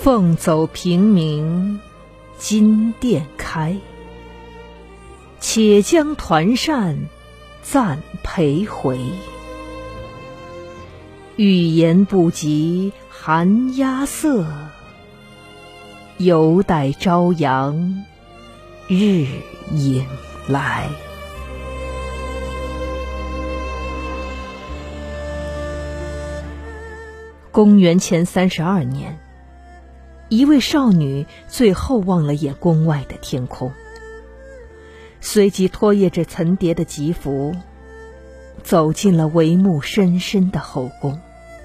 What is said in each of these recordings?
凤走平明，金殿开。且将团扇暂陪回。欲言不及寒鸦色，犹待朝阳日影来。公元前32年，一位少女最后望了眼宫外的天空，随即拖曳着层叠的吉服，走进了帷幕深深的后宫。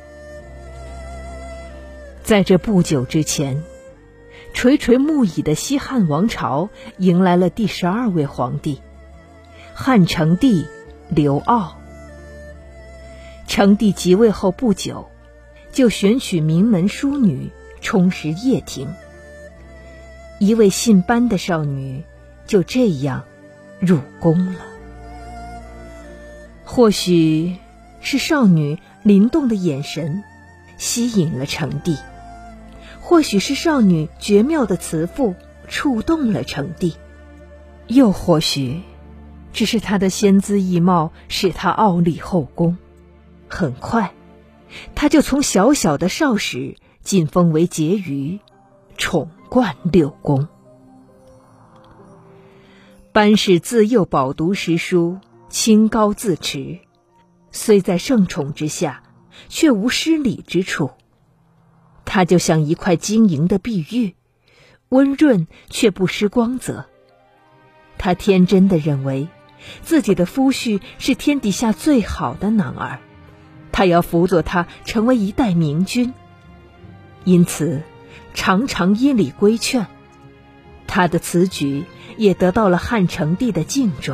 在这不久之前，垂垂暮已的西汉王朝迎来了第12位皇帝，汉成帝刘骜。成帝即位后不久，就选取名门淑女充实掖庭，一位姓班的少女就这样入宫了。或许是少女灵动的眼神吸引了成帝，或许是少女绝妙的辞赋触动了成帝，又或许只是她的仙姿异貌使她傲立后宫。很快，她就从小小的少使晋封为婕妤，宠冠6宫。班氏自幼饱读诗书，清高自持，虽在圣宠之下，却无失礼之处。她就像一块晶莹的碧玉，温润却不失光泽。她天真地认为自己的夫婿是天底下最好的男儿，她要辅佐他成为一代明君，因此常常依礼规劝。她的此举也得到了汉成帝的敬重。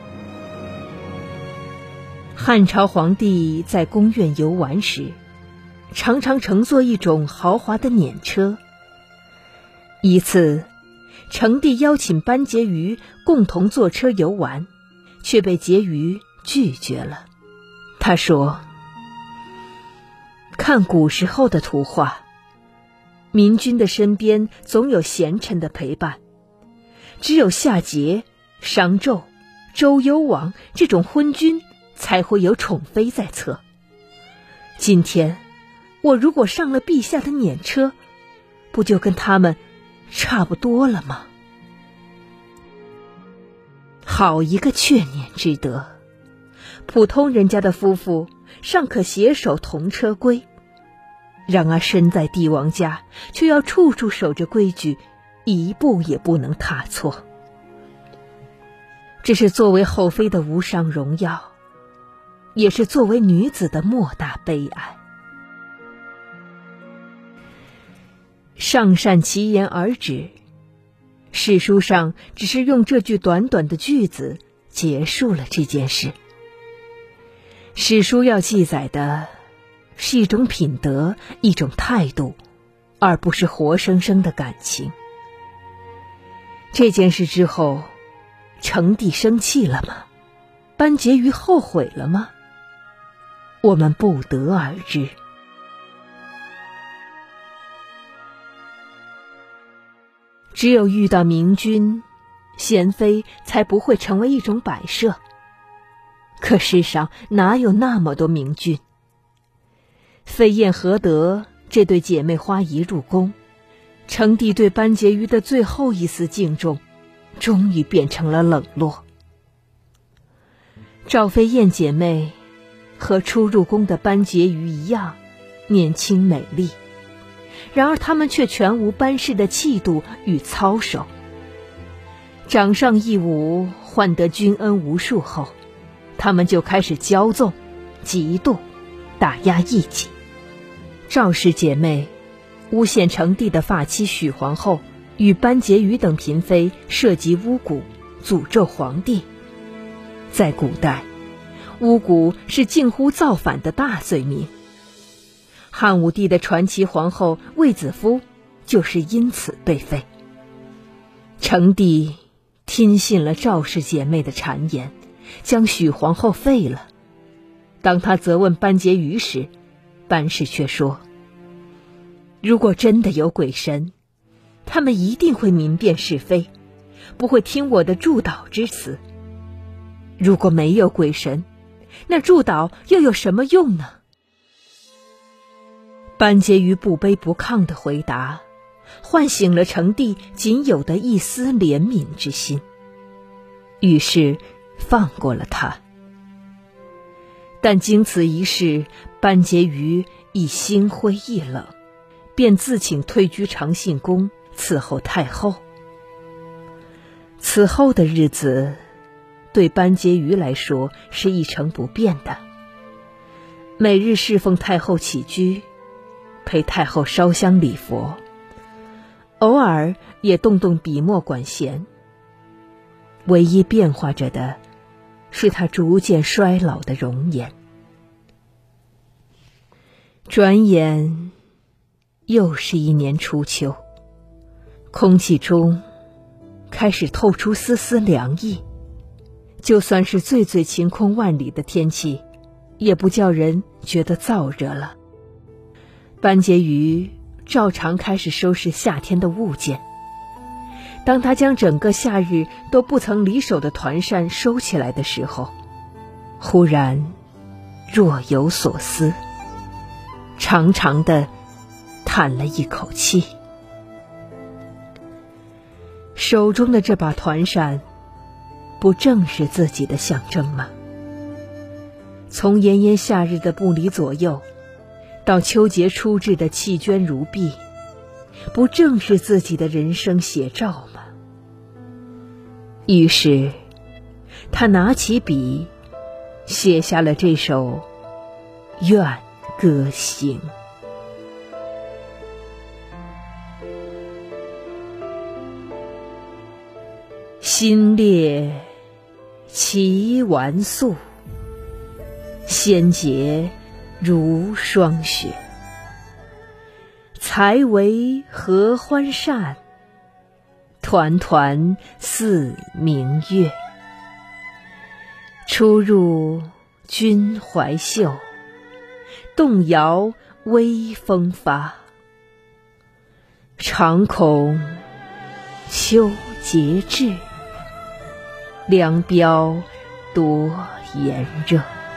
汉朝皇帝在宫苑游玩时，常常乘坐一种豪华的辇车。一次，成帝邀请班婕妤共同坐车游玩，却被婕妤拒绝了。他说：看古时候的图画，明君的身边总有贤臣的陪伴，只有夏桀、商纣、周幽王这种昏君才会有宠妃在侧。今天我如果上了陛下的辇车，不就跟他们差不多了吗？好一个确辇之德，普通人家的夫妇尚可携手同车归，然而身在帝王家，却要处处守着规矩，一步也不能踏错。这是作为后妃的无上荣耀，也是作为女子的莫大悲哀。上善其言而止，史书上只是用这句短短的句子结束了这件事。史书要记载的是一种品德，一种态度，而不是活生生的感情。这件事之后，成帝生气了吗？班婕妤后悔了吗？我们不得而知。只有遇到明君，贤妃才不会成为一种摆设。可世上哪有那么多明君？飞燕何得这对姐妹花一入宫，成帝对班婕妤的最后一丝敬重，终于变成了冷落。赵飞燕姐妹和初入宫的班婕妤一样，年轻美丽，然而她们却全无班氏的气度与操守。掌上一舞，换得君恩无数后，她们就开始骄纵、嫉妒、打压异己。赵氏姐妹诬陷成帝的发妻许皇后与班婕妤等嫔妃涉及巫蛊，诅咒皇帝。在古代，巫蛊是近乎造反的大罪名。汉武帝的传奇皇后卫子夫就是因此被废。成帝听信了赵氏姐妹的谗言，将许皇后废了。当他责问班婕妤时，班氏却说： 如果真的有鬼神，他们一定会明辨是非，不会听我的祝祷之词。如果没有鬼神，那祝祷又有什么用呢？班婕妤不卑不亢的回答，唤醒了成帝仅有的一丝怜悯之心，于是放过了他。但经此一事，班婕妤已心灰意冷，便自请退居长信宫伺候太后。此后的日子对班婕妤来说是一成不变的，每日侍奉太后起居，陪太后烧香礼佛，偶尔也动动笔墨管弦。唯一变化着的是她逐渐衰老的容颜。转眼又是一年初秋，空气中开始透出丝丝凉意，就算是最最晴空万里的天气，也不叫人觉得燥热了。班婕妤照常开始收拾夏天的物件。当她将整个夏日都不曾离手的团扇收起来的时候，忽然若有所思，长长的叹了一口气。手中的这把团扇，不正是自己的象征吗？从炎炎夏日的不离左右，到秋节初至的弃捐如敝，不正是自己的人生写照吗？于是他拿起笔，写下了这首《怨歌行》。新烈其完素，鲜洁如霜雪。才为合欢扇，团团似明月。出入君怀袖，动摇微风发。常恐秋节至，凉标多炎热。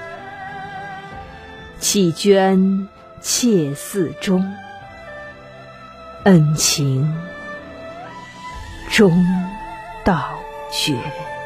弃捐妾寺中，恩情终道绝。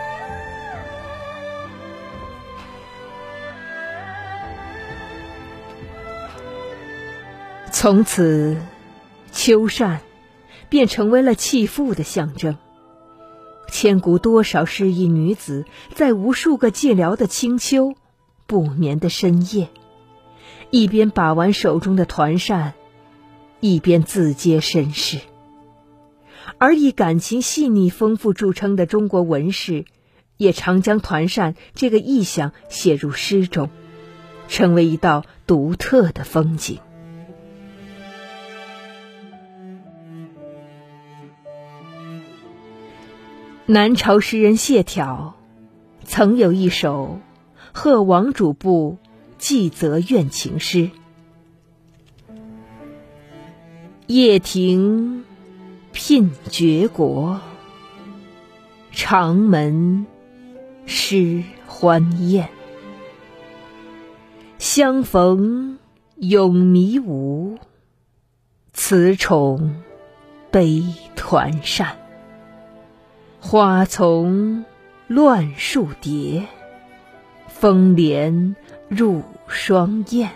从此，秋扇便成为了弃妇的象征，千古多少失意女子，在无数个寂寥的清秋、不眠的深夜，一边把玩手中的团扇，一边自嗟身世。而以感情细腻丰富著称的中国文士，也常将团扇这个意象写入诗中，成为一道独特的风景。南朝诗人谢朓曾有一首贺王主簿祭泽怨情诗：夜庭聘绝国，长门失欢宴。相逢永迷无，此宠悲团扇。花丛乱树蝶，风帘入霜燕。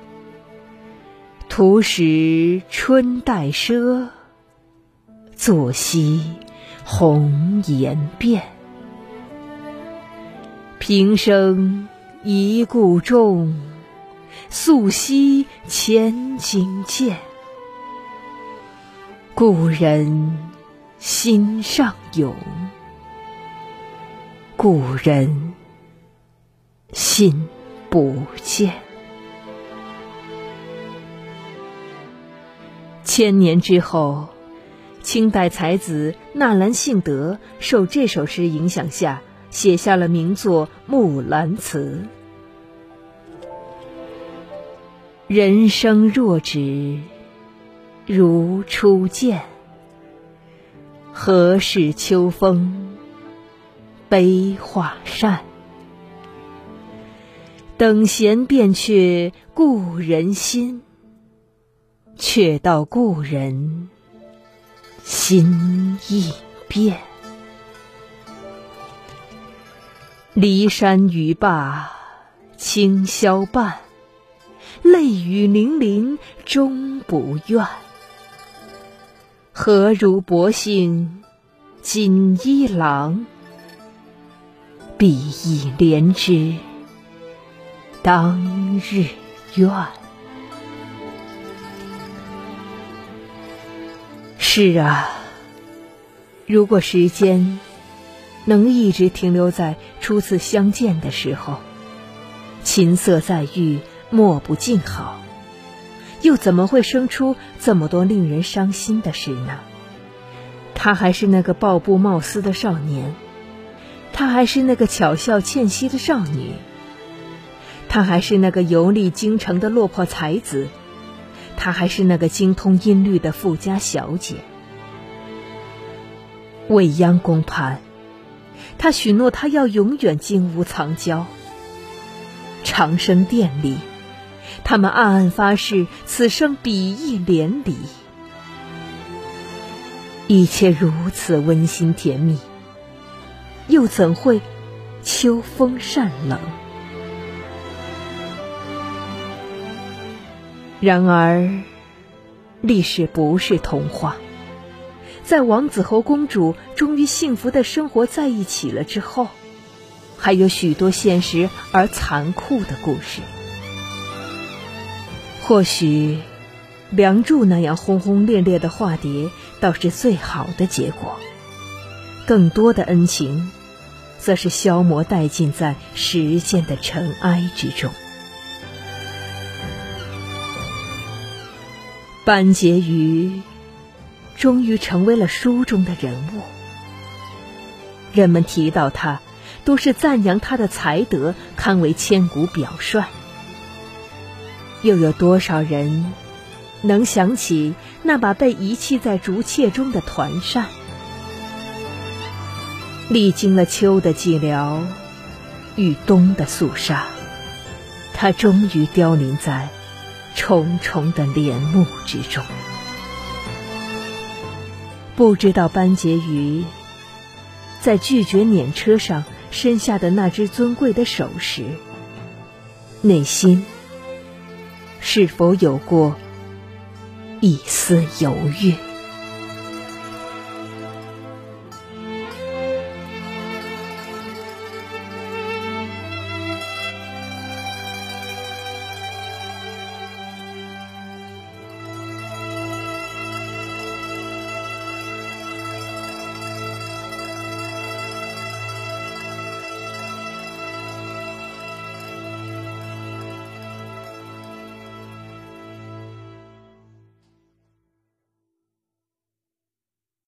徒使春带奢，坐惜红颜变。平生一顾众，素惜千金贱。故人心上涌，故人心不见。千年之后，清代才子纳兰性德受这首诗影响下，写下了名作《木兰辞》：人生若只如初见。何事秋风悲画扇？等闲变却故人心，却道故人心易变。骊山语罢清宵半，泪雨霖铃终不怨。何如薄幸锦衣郎，比翼连枝当日愿。是啊，如果时间能一直停留在初次相见的时候，琴瑟在御，莫不静好，又怎么会生出这么多令人伤心的事呢？他还是那个抱布冒丝的少年，他还是那个巧笑倩兮的少女，他还是那个游历京城的落魄才子，他还是那个精通音律的富家小姐。未央宫畔，他许诺他要永远金屋藏娇。长生殿里，他们暗暗发誓此生比翼连理。一切如此温馨甜蜜，又怎会秋风善冷？然而历史不是童话，在王子和公主终于幸福地生活在一起了之后，还有许多现实而残酷的故事。或许梁祝那样轰轰烈烈的化蝶倒是最好的结果，更多的恩情则是消磨殆尽在时间的尘埃之中。班婕妤终于成为了书中的人物，人们提到他都是赞扬他的才德堪为千古表率。又有多少人能想起那把被遗弃在竹篾中的团扇？历经了秋的寂寥与冬的肃杀，它终于凋零在重重的帘幕之中。不知道班婕妤在拒绝辇车上伸下的那只尊贵的手时，内心是否有过一丝犹豫？